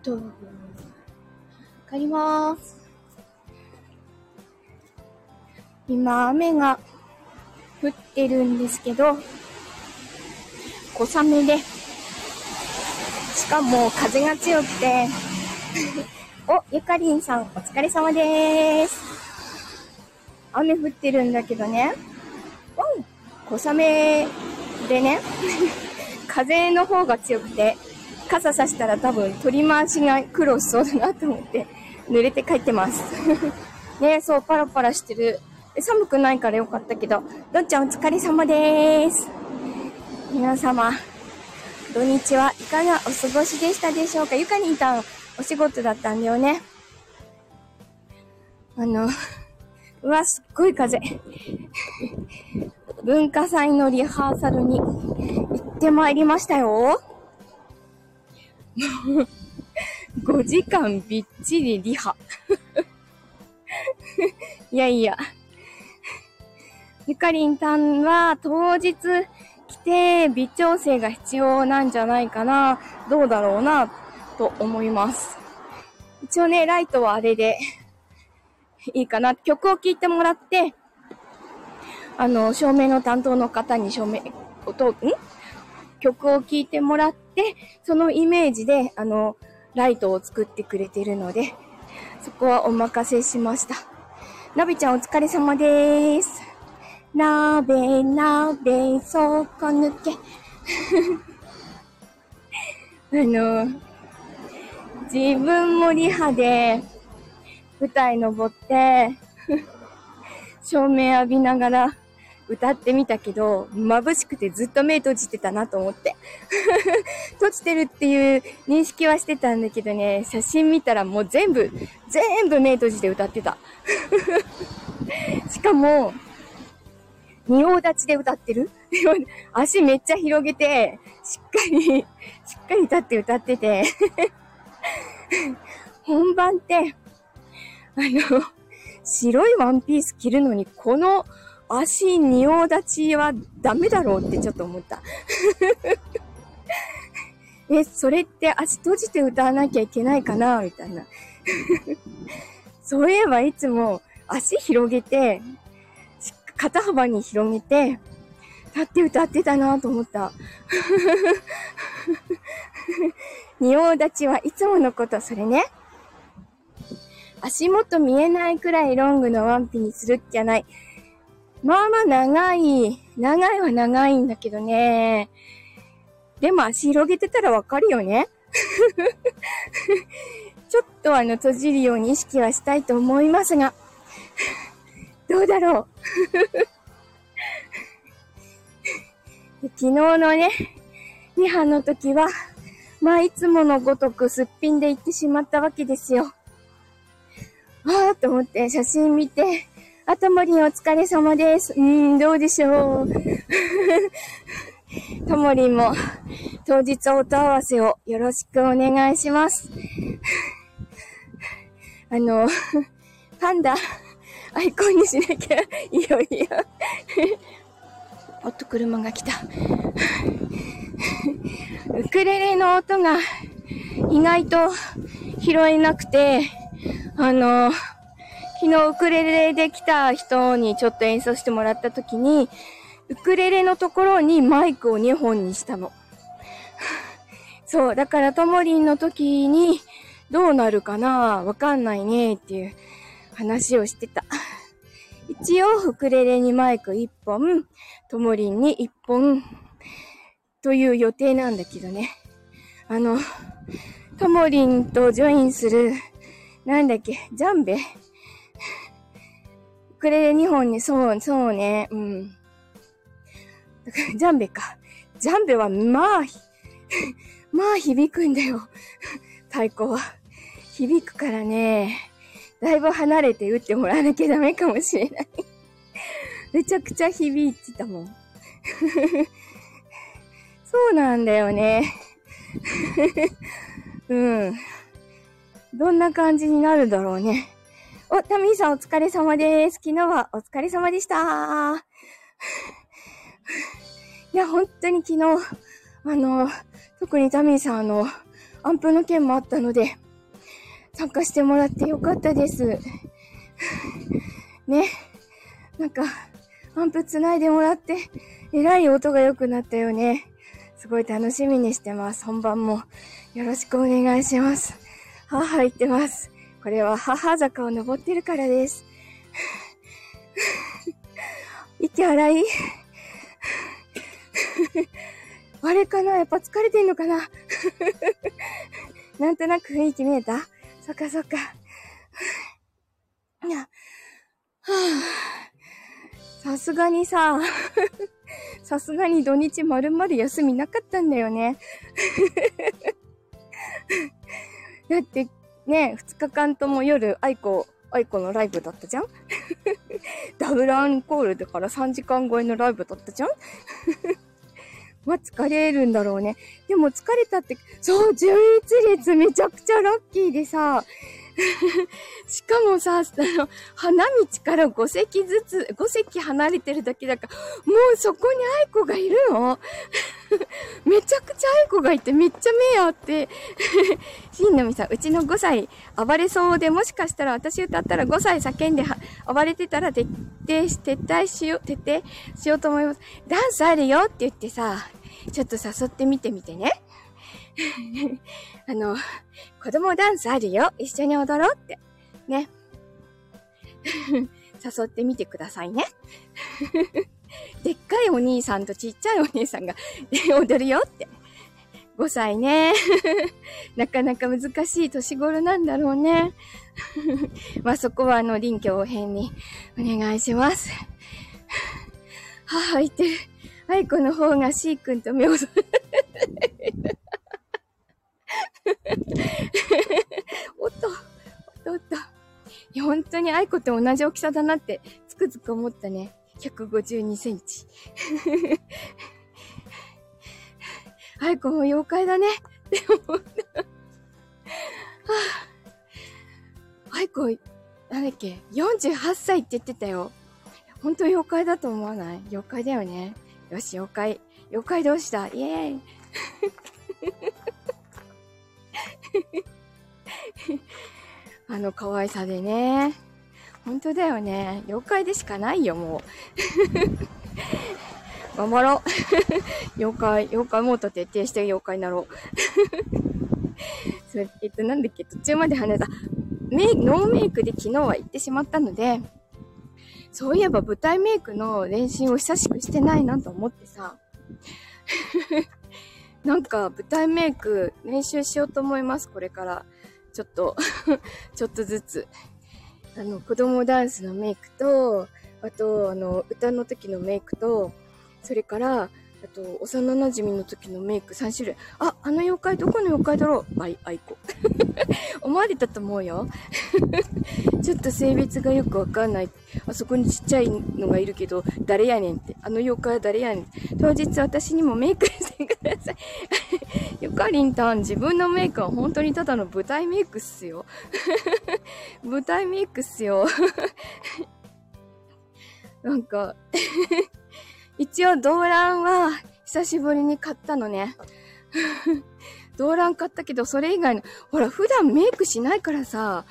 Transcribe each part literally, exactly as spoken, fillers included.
と、帰りまーす。今、雨が降ってるんですけど、小雨で、しかも風が強くて、お、ゆかりんさん、お疲れ様でーす。雨降ってるんだけどね、うん、小雨でね、風の方が強くて、傘さしたら多分取り回しが苦労しそうだなと思って濡れて帰ってますね。そうパラパラしてる。寒くないからよかったけど、どっちゃんお疲れ様です。皆様土日はいかがお過ごしでしたでしょうか。ゆかりんたんお仕事だったんだよね。あのうわすっごい風文化祭のリハーサルに行ってまいりましたよ。ごじかんびっちりリハいやいや、ゆかりんたんは当日来て微調整が必要なんじゃないかな、どうだろうなと思います。一応ね、ライトはあれでいいかな。曲を聴いてもらって、あの照明の担当の方に照明音ん曲を聴いてもらって、そのイメージであのライトを作ってくれてるので、そこはお任せしました。なべちゃんお疲れ様です。なべなべそこ抜けあの自分もリハで舞台登って照明浴びながら歌ってみたけど、眩しくてずっと目閉じてたなと思って閉じてるっていう認識はしてたんだけどね、写真見たらもう全部全部目閉じて歌ってたしかも仁王立ちで歌ってる足めっちゃ広げてしっかりしっかり立って歌ってて本番ってあの白いワンピース着るのにこの足仁王立ちはダメだろうってちょっと思ったえ、それって足閉じて歌わなきゃいけないかなみたいなそういえばいつも足広げて肩幅に広げて立って歌ってたなと思った仁王立ちはいつものこと。それね、足元見えないくらいロングのワンピにするっきゃない。まあまあ長い長いは長いんだけどね、でも足広げてたらわかるよねちょっとあの閉じるように意識はしたいと思いますがどうだろう昨日のねリハの時はまあいつものごとくすっぴんで行ってしまったわけですよ。ああと思って写真見て、あともりんお疲れ様です。うーんどうでしょうともりんも当日音合わせをよろしくお願いしますあのパンダアイコンにしなきゃいいよいいよおっと車が来たウクレレの音が意外と拾えなくて、あの昨日ウクレレで来た人にちょっと演奏してもらった時にウクレレのところにマイクをにほんにしたのそうだからともりんの時にどうなるかなわかんないねっていう話をしてた。一応ウクレレにマイクいっぽん、ともりんにいっぽんという予定なんだけどね、あのともりんとジョインするなんだっけジャンベウクレレにほんにそうそうねうんだからジャンベかジャンベはまあまあ響くんだよ太鼓は響くからね、だいぶ離れて打ってもらわなきゃダメかもしれないめちゃくちゃ響いてたもんそうなんだよねうんどんな感じになるだろうね。お、タミーさんお疲れ様です。昨日はお疲れ様でしたいや本当に昨日あの特にタミーさんあのアンプの件もあったので、参加してもらってよかったです。ね。なんか、アンプ繋いでもらって、えらい音が良くなったよね。すごい楽しみにしてます。本番もよろしくお願いします。母言ってます。これは母坂を登ってるからです。息荒いあれかな、やっぱ疲れてんのかななんとなく雰囲気見えた？そっかそっか。さすがにさ、さすがに土日丸々休みなかったんだよね。だってね、二日間とも夜、アイコ、アイコのライブだったじゃんダブルアンコールだからさんじかん超えのライブだったじゃんまあ、疲れるんだろうね。でも疲れたって、そう、じゅういち列めちゃくちゃラッキーでさ、しかもさ、あの、花道からご席ずつ、ご席離れてるだけだから、もうそこに愛子がいるのめちゃくちゃ愛子がいて、めっちゃ目あって、しんのみさん、うちのごさい暴れそうで、もしかしたら私歌ったらごさい叫んで暴れてたら徹底し、撤退しよう、徹底しようと思います。ダンスあるよって言ってさ、ちょっと誘ってみてみてね。あの、子供ダンスあるよ。一緒に踊ろうって。ね。誘ってみてくださいね。でっかいお兄さんとちっちゃいお兄さんが踊るよって。ごさいね。なかなか難しい年頃なんだろうね。まあそこはあの臨機応変にお願いします。母言ってる。愛子の方が C 君と目をそらおっと、おっとおっと。いや、本当に愛子と同じ大きさだなってつくづく思ったね。ひゃくごじゅうにセンチ。愛子も妖怪だねって思った。はぁ、愛子、なんだっけ、よんじゅうはっさいって言ってたよ。本当妖怪だと思わない？妖怪だよね。よし、妖怪。妖怪同士だ。イエーイ。あの可愛さでね。本当だよね。妖怪でしかないよ、もう。頑張ろう。妖怪、妖怪もっと徹底して妖怪になろう。それえっと、なんだっけ、途中まで話した。メイノーメイクで昨日は行ってしまったので、そういえば舞台メイクの練習を久しくしてないなと思ってさ。なんか舞台メイク練習しようと思います、これから。ちょっと、ちょっとずつ。あの、子供ダンスのメイクと、あと、あの、歌の時のメイクと、それから、あと、幼馴染の時のメイクさんしゅるい。あ、あの妖怪どこの妖怪だろう？バイ、アイコ。思われたと思うよ。ちょっと性別がよくわかんない。あそこにちっちゃいのがいるけど、誰やねんって。あの妖怪は誰やねん。当日私にもメイクしてください。ゆかりんたん、自分のメイクは本当にただの舞台メイクっすよ。舞台メイクっすよ。なんか、一応動乱は久しぶりに買ったのね。動乱買ったけど、それ以外の、ほら、普段メイクしないからさ、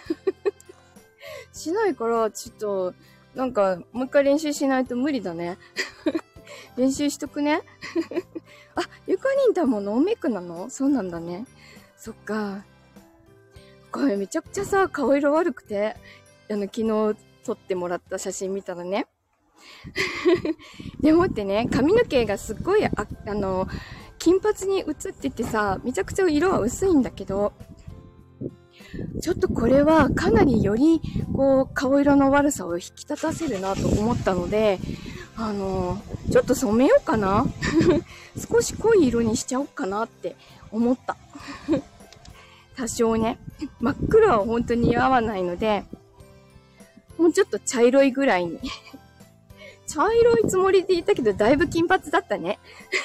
しないから、ちょっと、なんか、もう一回練習しないと無理だね。練習しとくね。あ、ゆかりんたんもノーメイクなの？そうなんだね。そっか。これめちゃくちゃさ、顔色悪くて、あの、昨日撮ってもらった写真見たらね。でもってね、髪の毛がすっごい、あ、あの、金髪に映っててさ、めちゃくちゃ色は薄いんだけど、ちょっとこれはかなりより、こう、顔色の悪さを引き立たせるなと思ったので、あの、ちょっと染めようかな少し濃い色にしちゃおうかなって思った。多少ね。真っ黒は本当に似合わないので、もうちょっと茶色いぐらいに。茶色いつもりでいたけど、だいぶ金髪だったね。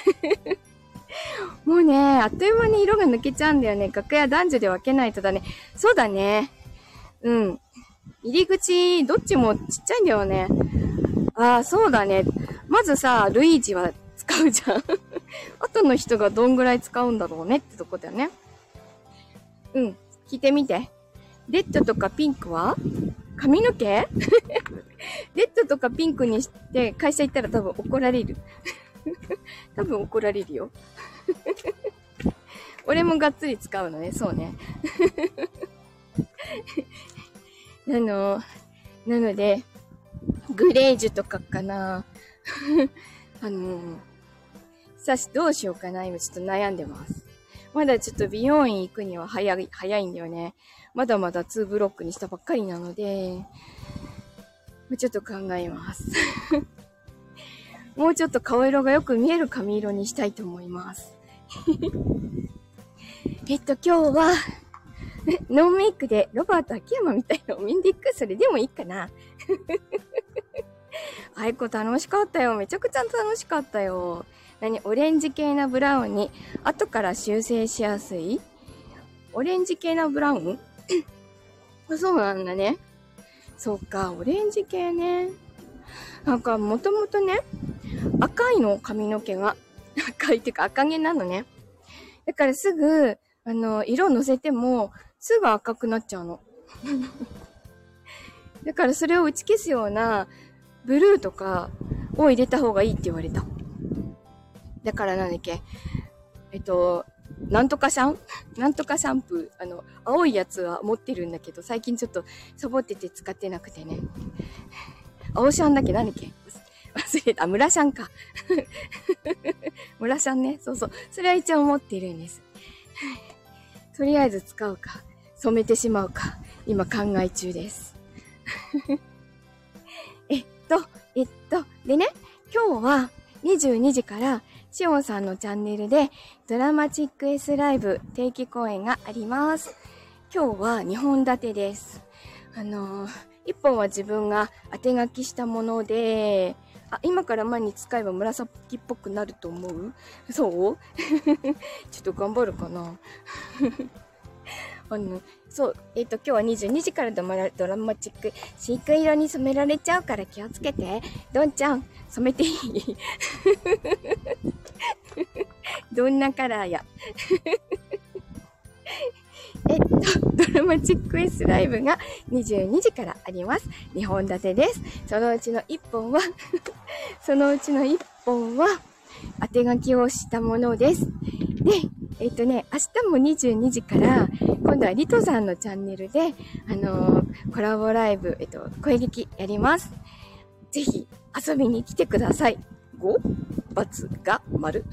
もうね、あっという間に色が抜けちゃうんだよね。楽屋男女で分けないとだね。そうだね。うん。入り口、どっちもちっちゃいんだよね。ああ、そうだね。まずさ、ルイージは使うじゃん。後の人がどんぐらい使うんだろうねってとこだよね。 うん、聞いてみて。レッドとかピンクは髪の毛レッドとかピンクにして会社行ったら多分怒られる。多分怒られるよ。俺もがっつり使うのね、そうね。あの、なので、グレージュとかかな。あの、さし、どうしようかな。今ちょっと悩んでます。まだちょっと美容院行くには早い、早いんだよね。まだまだツーブロックにしたばっかりなので、ちょっと考えます。もうちょっと顔色がよく見える髪色にしたいと思います。えっと、今日は、ノーメイクでロバート秋山みたいなお面でいく？それでもいいかな。あいこ楽しかったよ。めちゃくちゃ楽しかったよ。何？オレンジ系なブラウンに後から修正しやすい？オレンジ系なブラウンそうなんだね。そうか、オレンジ系ね。なんかもともとね、赤いの髪の毛が。赤いっていうか赤毛なのね。だからすぐ、あの、色乗せてもすぐ赤くなっちゃうの。だからそれを打ち消すようなブルーとかを入れた方がいいって言われた。だからなんだっけ、えっと、なんとかシャンなんとかシャンプー。あの、青いやつは持ってるんだけど、最近ちょっとサボってて使ってなくてね。青シャンだっけなんだっけ忘れた。村シャンか。村シャンね。そうそう。それは一応持っているんです。とりあえず使うか、染めてしまうか、今考え中です。えっと、えっと、でね、今日はにじゅうにじからしおんさんのチャンネルでドラマチック S ライブ定期公演があります。今日はにほん立てです。あのー、いっぽんは自分が当て書きしたもので、あ、今から毎日使えば紫っぽくなると思う？そうちょっと頑張るかなあの、そう、えっと、今日はにじゅうにじからドラマチックシーク色に染められちゃうから気をつけて。どんちゃん、染めていいどんなカラーやえっと、ドラマチック S ライブがにじゅうにじからあります。にほん立てです。そのうちのいっぽんは、そのうちのいっぽんは、当て書きをしたものです。で、えっとね、明日もにじゅうにじから、今度はリトさんのチャンネルで、あのー、コラボライブ、えっと、声劇やります。ぜひ、遊びに来てください。ご？×が丸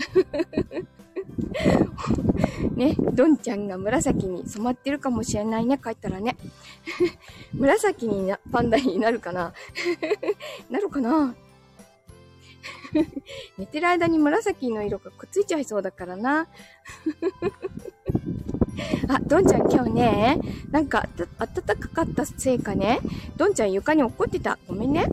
ね、どんちゃんが紫に染まってるかもしれないね、帰ったらね。紫にな、パンダになるかななるかな寝てる間に紫の色がくっついちゃいそうだからな。あ、どんちゃん今日ね、なんかあた暖かかったせいかね、どんちゃん床に落っこってた。ごめんね。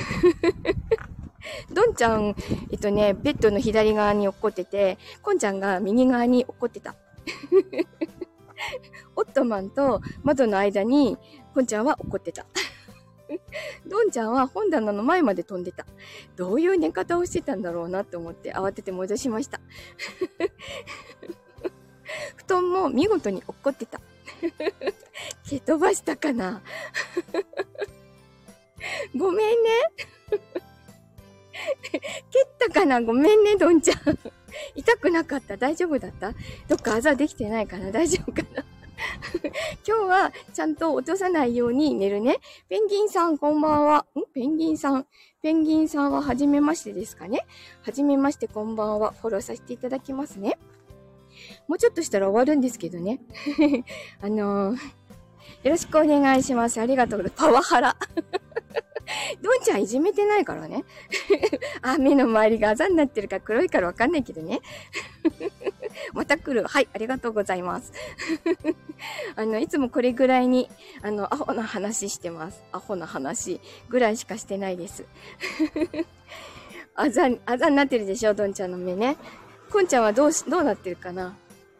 どんちゃん、えっとね、ベッドの左側に落っこってて、こんちゃんが右側に落っこってた。オットマンと窓の間に、こんちゃんは落っこってた。どんちゃんは本棚の前まで飛んでた。どういう寝方をしてたんだろうなって思って慌てて戻しました。布団も見事に落っこってた。蹴飛ばしたかなごめんね。蹴ったかなごめんね、どんちゃん。痛くなかった？大丈夫だった？どっかあざできてないかな？大丈夫かな今日はちゃんと落とさないように寝るね。ペンギンさんこんばんは。んペンギンさん。ペンギンさんははじめましてですかね。はじめましてこんばんは。フォローさせていただきますね。もうちょっとしたら終わるんですけどね。あのー、よろしくお願いします。ありがとうございます。パワハラ。どんちゃんいじめてないからね。あ、目の周りがあざになってるから黒いからわかんないけどね。また来る。はい、ありがとうございます。あの、いつもこれぐらいに、あの、アホな話してます。アホな話ぐらいしかしてないです。あざ、あざになってるでしょ、どんちゃんの目ね。こんちゃんはどうし、どうなってるかな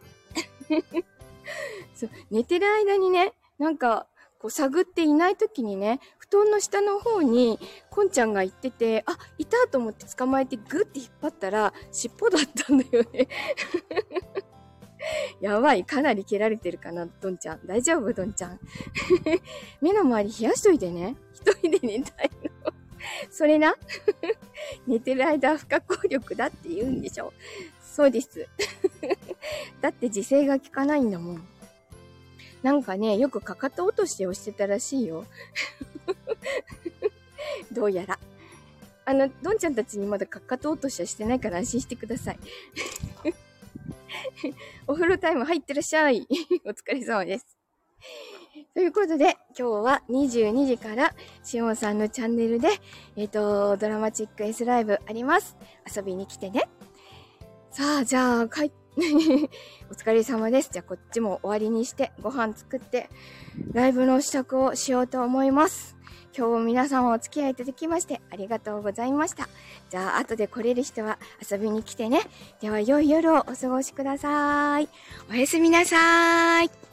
そう、寝てる間にね、なんか、こう探っていない時にね、布団の下の方にこんちゃんが行ってて、あ、いたと思って捕まえてグッて引っ張ったら尻尾だったんだよね。 やばい。かなり蹴られてるかな、どんちゃん。大丈夫、どんちゃん。目の周り冷やしといてね。一人で寝たいの。それな。寝てる間不可抗力だって言うんでしょ。そうです。だって自制が効かないんだもん。なんかね、よくかかと落として押してたらしいよ。どうやら。あの、どんちゃんたちにまだかかと落としはしてないから安心してください。お風呂タイム入ってらっしゃい。お疲れ様です。ということで、今日はにじゅうにじからしおんさんのチャンネルで、えっと、ドラマチック S ライブあります。遊びに来てね。さあ、じゃあ、帰っお疲れ様です。じゃあこっちも終わりにしてご飯作ってライブの支度をしようと思います。今日も皆様お付き合いいただきましてありがとうございました。じゃあ後で来れる人は遊びに来てね。では良い夜をお過ごしください。おやすみなさーい。